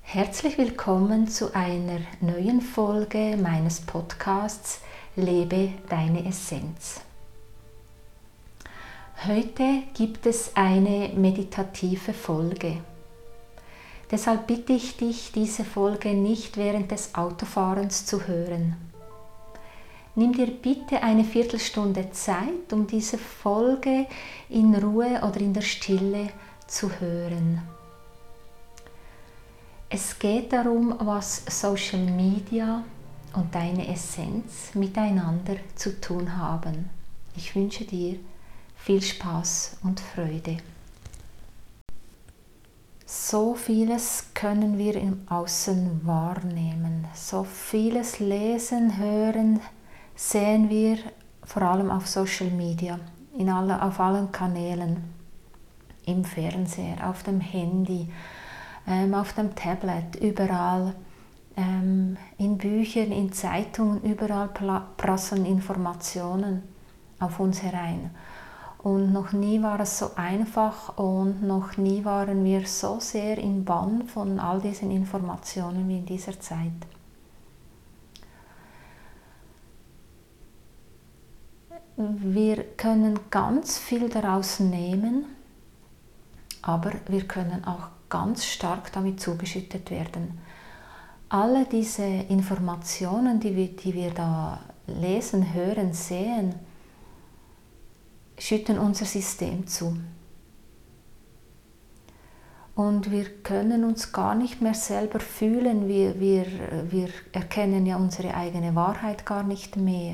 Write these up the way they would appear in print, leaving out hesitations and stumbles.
Herzlich willkommen zu einer neuen Folge meines Podcasts Lebe deine Essenz. Heute gibt es eine meditative Folge. Deshalb bitte ich dich, diese Folge nicht während des Autofahrens zu hören. Nimm dir bitte eine Viertelstunde Zeit, um diese Folge in Ruhe oder in der Stille zu hören. Es geht darum, was Social Media und deine Essenz miteinander zu tun haben. Ich wünsche dir viel Spaß und Freude. So vieles können wir im Außen wahrnehmen. So vieles lesen, hören, sehen wir vor allem auf Social Media, auf allen Kanälen, im Fernseher, auf dem Handy, auf dem Tablet, überall, in Büchern, in Zeitungen, überall prasseln Informationen auf uns herein. Und noch nie war es so einfach und noch nie waren wir so sehr im Bann von all diesen Informationen wie in dieser Zeit. Wir können ganz viel daraus nehmen, aber wir können auch ganz stark damit zugeschüttet werden. Alle diese Informationen, die wir da lesen, hören, sehen, schütten unser System zu. Und wir können uns gar nicht mehr selber fühlen, wir erkennen ja unsere eigene Wahrheit gar nicht mehr.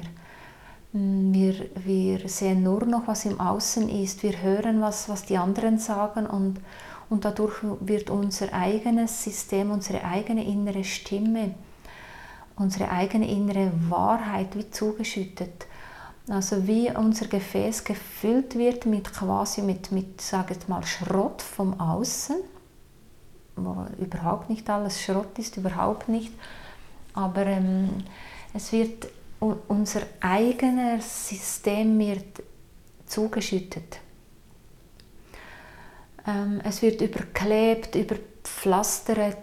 Wir sehen nur noch, was im Außen ist, wir hören, was die anderen sagen und dadurch wird unser eigenes System, unsere eigene innere Stimme, unsere eigene innere Wahrheit wie zugeschüttet. Also wie unser Gefäß gefüllt wird mit sage ich mal, Schrott vom Außen, wo überhaupt nicht alles Schrott ist, überhaupt nicht, aber es wird unser eigenes System wird zugeschüttet. Es wird überklebt, überpflastert,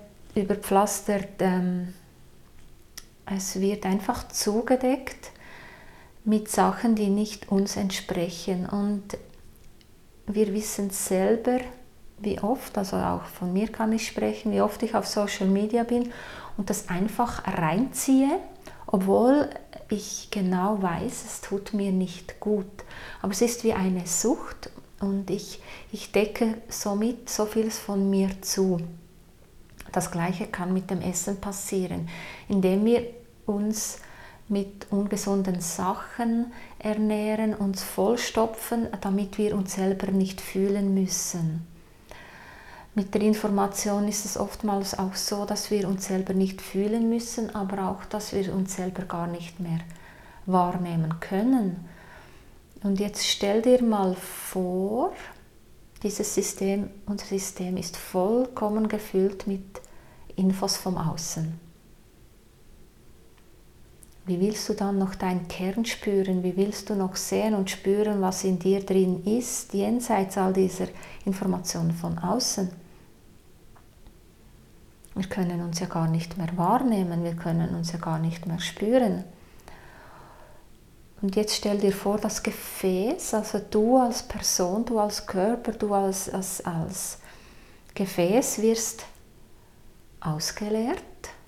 es wird einfach zugedeckt mit Sachen, die nicht uns entsprechen. Und wir wissen selber, wie oft, also auch von mir kann ich sprechen, wie oft ich auf Social Media bin und das einfach reinziehe, obwohl ich genau weiß, es tut mir nicht gut. Aber es ist wie eine Sucht und ich decke somit so vieles von mir zu. Das Gleiche kann mit dem Essen passieren, indem wir uns mit ungesunden Sachen ernähren, uns vollstopfen, damit wir uns selber nicht fühlen müssen. Mit der Information ist es oftmals auch so, dass wir uns selber nicht fühlen müssen, aber auch, dass wir uns selber gar nicht mehr wahrnehmen können. Und jetzt stell dir mal vor, unser System ist vollkommen gefüllt mit Infos vom Außen. Wie willst du dann noch deinen Kern spüren? Wie willst du noch sehen und spüren, was in dir drin ist, jenseits all dieser Informationen von außen? Wir können uns ja gar nicht mehr wahrnehmen, wir können uns ja gar nicht mehr spüren. Und jetzt stell dir vor, das Gefäß, also du als Person, du als Körper, du als Gefäß wirst ausgeleert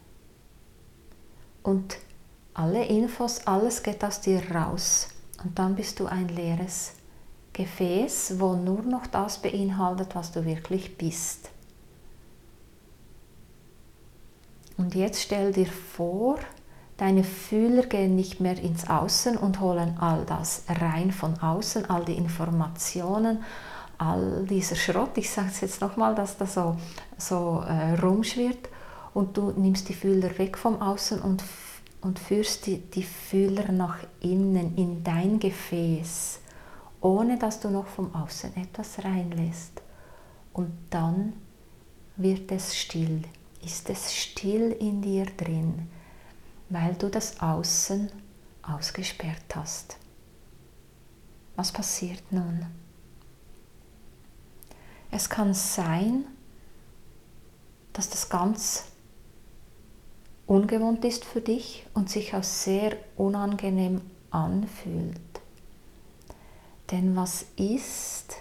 und alle Infos, alles geht aus dir raus. Und dann bist du ein leeres Gefäß, wo nur noch das beinhaltet, was du wirklich bist. Und jetzt stell dir vor, deine Fühler gehen nicht mehr ins Außen und holen all das rein von außen, all die Informationen, all dieser Schrott. Ich sage es jetzt nochmal, dass das so rumschwirrt. Und du nimmst die Fühler weg vom Außen und führst die Fühler nach innen, in dein Gefäß, ohne dass du noch vom Außen etwas reinlässt. Und dann wird es still. Ist es still in dir drin, weil du das Außen ausgesperrt hast. Was passiert nun? Es kann sein, dass das ganz ungewohnt ist für dich und sich auch sehr unangenehm anfühlt. Denn was ist,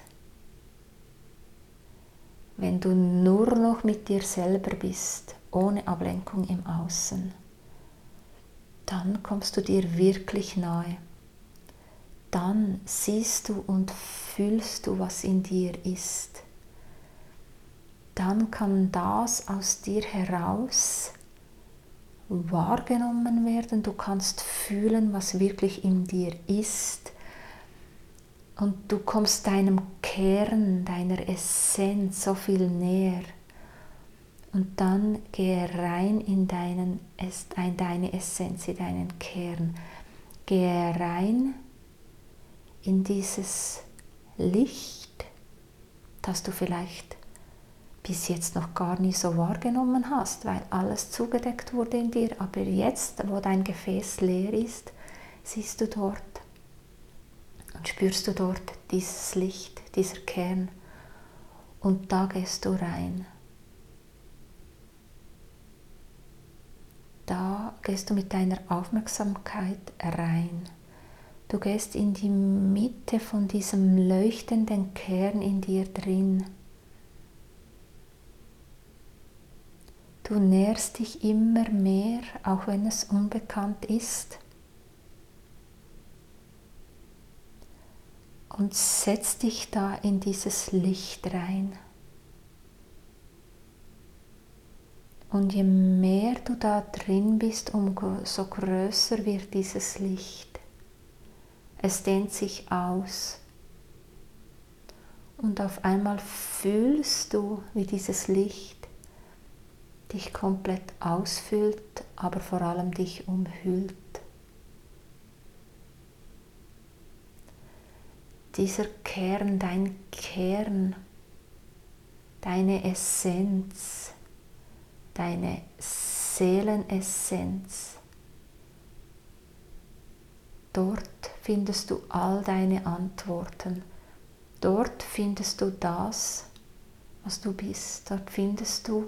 wenn du nur noch mit dir selber bist, ohne Ablenkung im Außen? Dann kommst du dir wirklich nahe. Dann siehst du und fühlst du, was in dir ist. Dann kann das aus dir heraus wahrgenommen werden. Du kannst fühlen, was wirklich in dir ist. Und du kommst deinem Kern, deiner Essenz so viel näher. Und dann gehe rein in deine Essenz, in deinen Kern. Gehe rein in dieses Licht, das du vielleicht bis jetzt noch gar nie so wahrgenommen hast, weil alles zugedeckt wurde in dir. Aber jetzt, wo dein Gefäß leer ist, siehst du dort und spürst du dort dieses Licht, dieser Kern. Und da gehst du rein. Da gehst du mit deiner Aufmerksamkeit rein. Du gehst in die Mitte von diesem leuchtenden Kern in dir drin. Du näherst dich immer mehr, auch wenn es unbekannt ist. Und setzt dich da in dieses Licht rein. Und je mehr du da drin bist, umso größer wird dieses Licht. Es dehnt sich aus. Und auf einmal fühlst du, wie dieses Licht dich komplett ausfüllt, aber vor allem dich umhüllt. Dieser Kern, deine Essenz, deine Seelenessenz, dort findest du all deine Antworten. Dort findest du das, was du bist. Dort findest du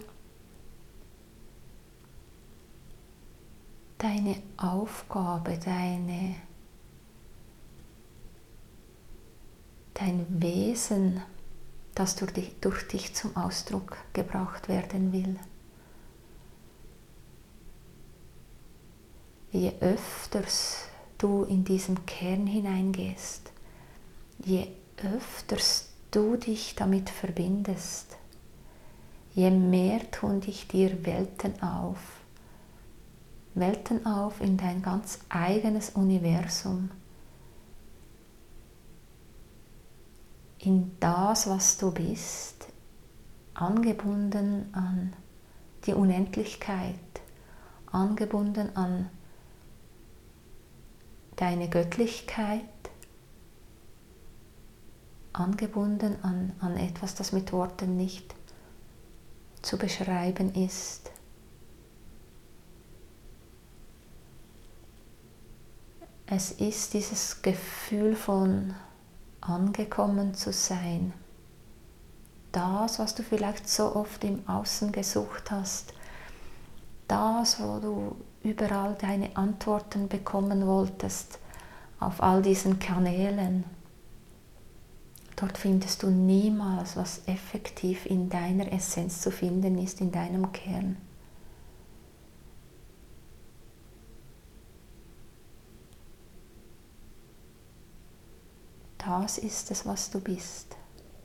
deine Aufgabe, dein Wesen, das durch dich zum Ausdruck gebracht werden will. Je öfters du in diesen Kern hineingehst, je öfters du dich damit verbindest, je mehr tun dich dir Welten auf in dein ganz eigenes Universum, in das, was du bist, angebunden an die Unendlichkeit, angebunden an deine Göttlichkeit, angebunden an etwas, das mit Worten nicht zu beschreiben ist. Es ist dieses Gefühl von angekommen zu sein. Das, was du vielleicht so oft im Außen gesucht hast. Das, wo du überall deine Antworten bekommen wolltest, auf all diesen Kanälen. Dort findest du niemals, was effektiv in deiner Essenz zu finden ist, in deinem Kern. Das ist es, was du bist.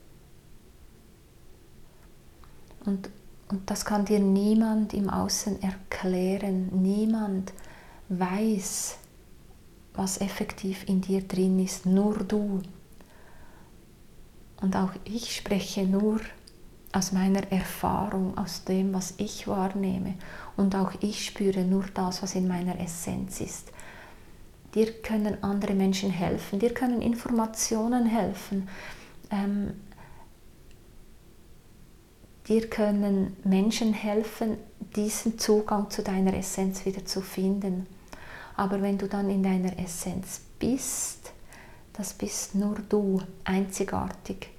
Und das kann dir niemand im Außen erklären. Niemand weiß, was effektiv in dir drin ist. Nur du. Und auch ich spreche nur aus meiner Erfahrung, aus dem, was ich wahrnehme. Und auch ich spüre nur das, was in meiner Essenz ist. Dir können andere Menschen helfen, dir können Informationen helfen. Dir können Menschen helfen, diesen Zugang zu deiner Essenz wieder zu finden. Aber wenn du dann in deiner Essenz bist, das bist nur du, einzigartig.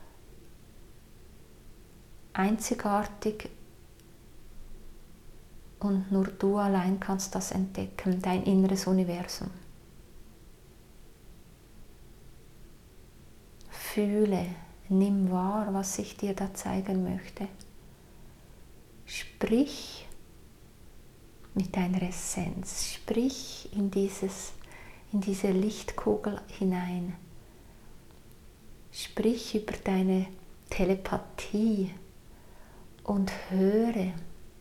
Einzigartig und nur du allein kannst das entdecken, dein inneres Universum. Fühle, nimm wahr, was ich dir da zeigen möchte. Sprich mit deiner Essenz, sprich in diese Lichtkugel hinein. Sprich über deine Telepathie und höre,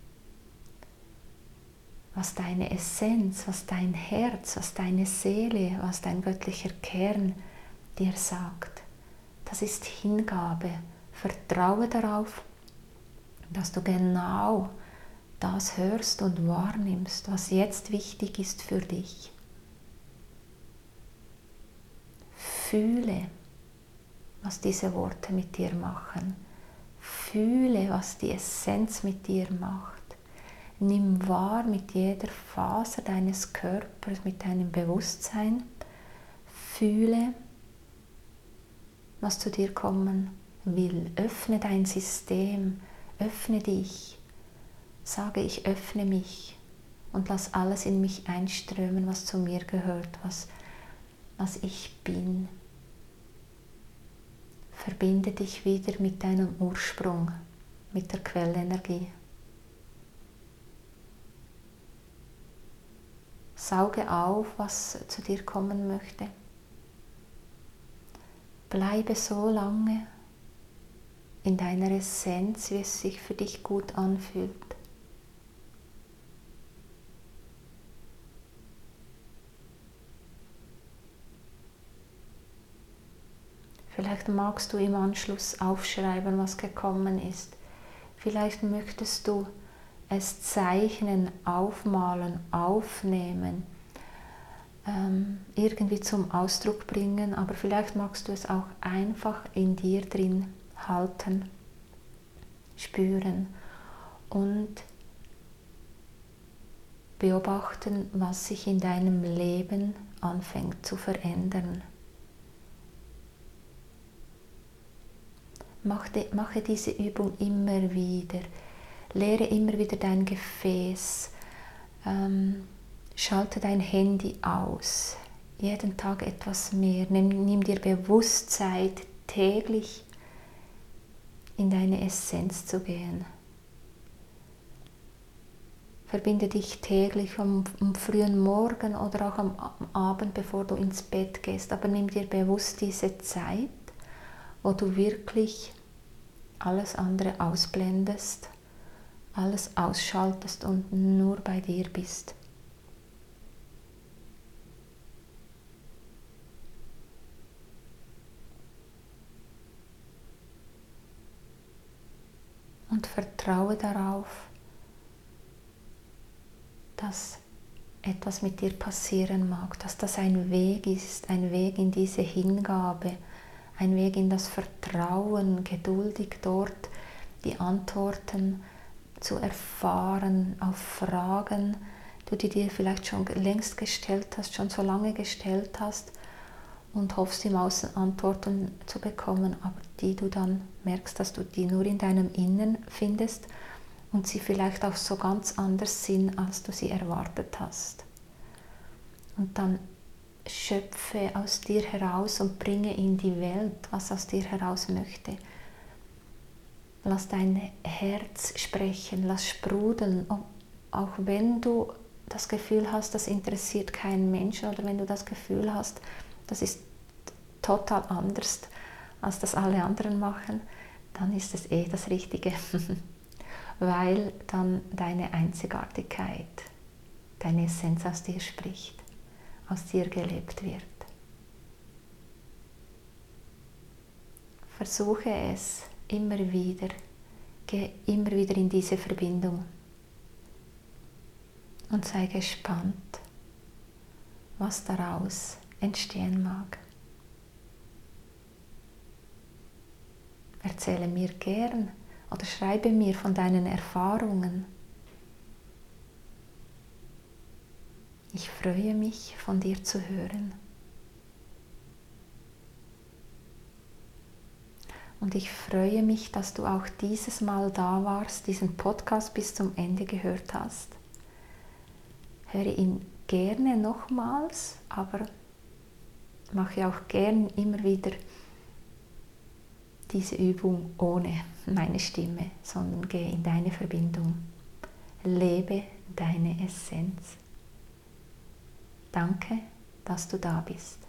was deine Essenz, was dein Herz, was deine Seele, was dein göttlicher Kern dir sagt. Das ist Hingabe. Vertraue darauf, dass du genau das hörst und wahrnimmst, was jetzt wichtig ist für dich. Fühle, was diese Worte mit dir machen. Fühle, was die Essenz mit dir macht. Nimm wahr mit jeder Faser deines Körpers, mit deinem Bewusstsein. Fühle, was zu dir kommen will. Öffne dein System, öffne dich. Sage, ich öffne mich und lass alles in mich einströmen, was zu mir gehört, was ich bin. Verbinde dich wieder mit deinem Ursprung, mit der Quellenergie. Sauge auf, was zu dir kommen möchte. Bleibe so lange in deiner Essenz, wie es sich für dich gut anfühlt. Vielleicht magst du im Anschluss aufschreiben, was gekommen ist. Vielleicht möchtest du es zeichnen, aufmalen, aufnehmen, irgendwie zum Ausdruck bringen, aber vielleicht magst du es auch einfach in dir drin halten, spüren und beobachten, was sich in deinem Leben anfängt zu verändern. Mache diese Übung immer wieder. Leere immer wieder dein Gefäß. Schalte dein Handy aus. Jeden Tag etwas mehr. Nimm dir bewusst Zeit, täglich in deine Essenz zu gehen. Verbinde dich täglich am frühen Morgen oder auch am Abend, bevor du ins Bett gehst. Aber nimm dir bewusst diese Zeit, wo du wirklich alles andere ausblendest, alles ausschaltest und nur bei dir bist. Und vertraue darauf, dass etwas mit dir passieren mag, dass das ein Weg ist, ein Weg in diese Hingabe, ein Weg in das Vertrauen, geduldig dort die Antworten zu erfahren auf Fragen, die dir vielleicht schon längst gestellt hast, schon so lange gestellt hast und hoffst im Außen Antworten zu bekommen, aber die du dann merkst, dass du die nur in deinem Innen findest und sie vielleicht auch so ganz anders sind, als du sie erwartet hast. Und dann schöpfe aus dir heraus und bringe in die Welt, was aus dir heraus möchte. Lass dein Herz sprechen, lass sprudeln, auch wenn du das Gefühl hast, das interessiert keinen Menschen oder wenn du das Gefühl hast, das ist total anders, als das alle anderen machen, dann ist es das Richtige, weil dann deine Einzigartigkeit, deine Essenz aus dir spricht, aus dir gelebt wird. Versuche es immer wieder, geh immer wieder in diese Verbindung und sei gespannt, was daraus entstehen mag. Erzähle mir gern oder schreibe mir von deinen Erfahrungen. Ich freue mich, von dir zu hören. Und ich freue mich, dass du auch dieses Mal da warst, diesen Podcast bis zum Ende gehört hast. höre ihn gerne nochmals, aber mache auch gern immer wieder diese Übung ohne meine Stimme, sondern gehe in deine Verbindung. Lebe deine Essenz. Danke, dass du da bist.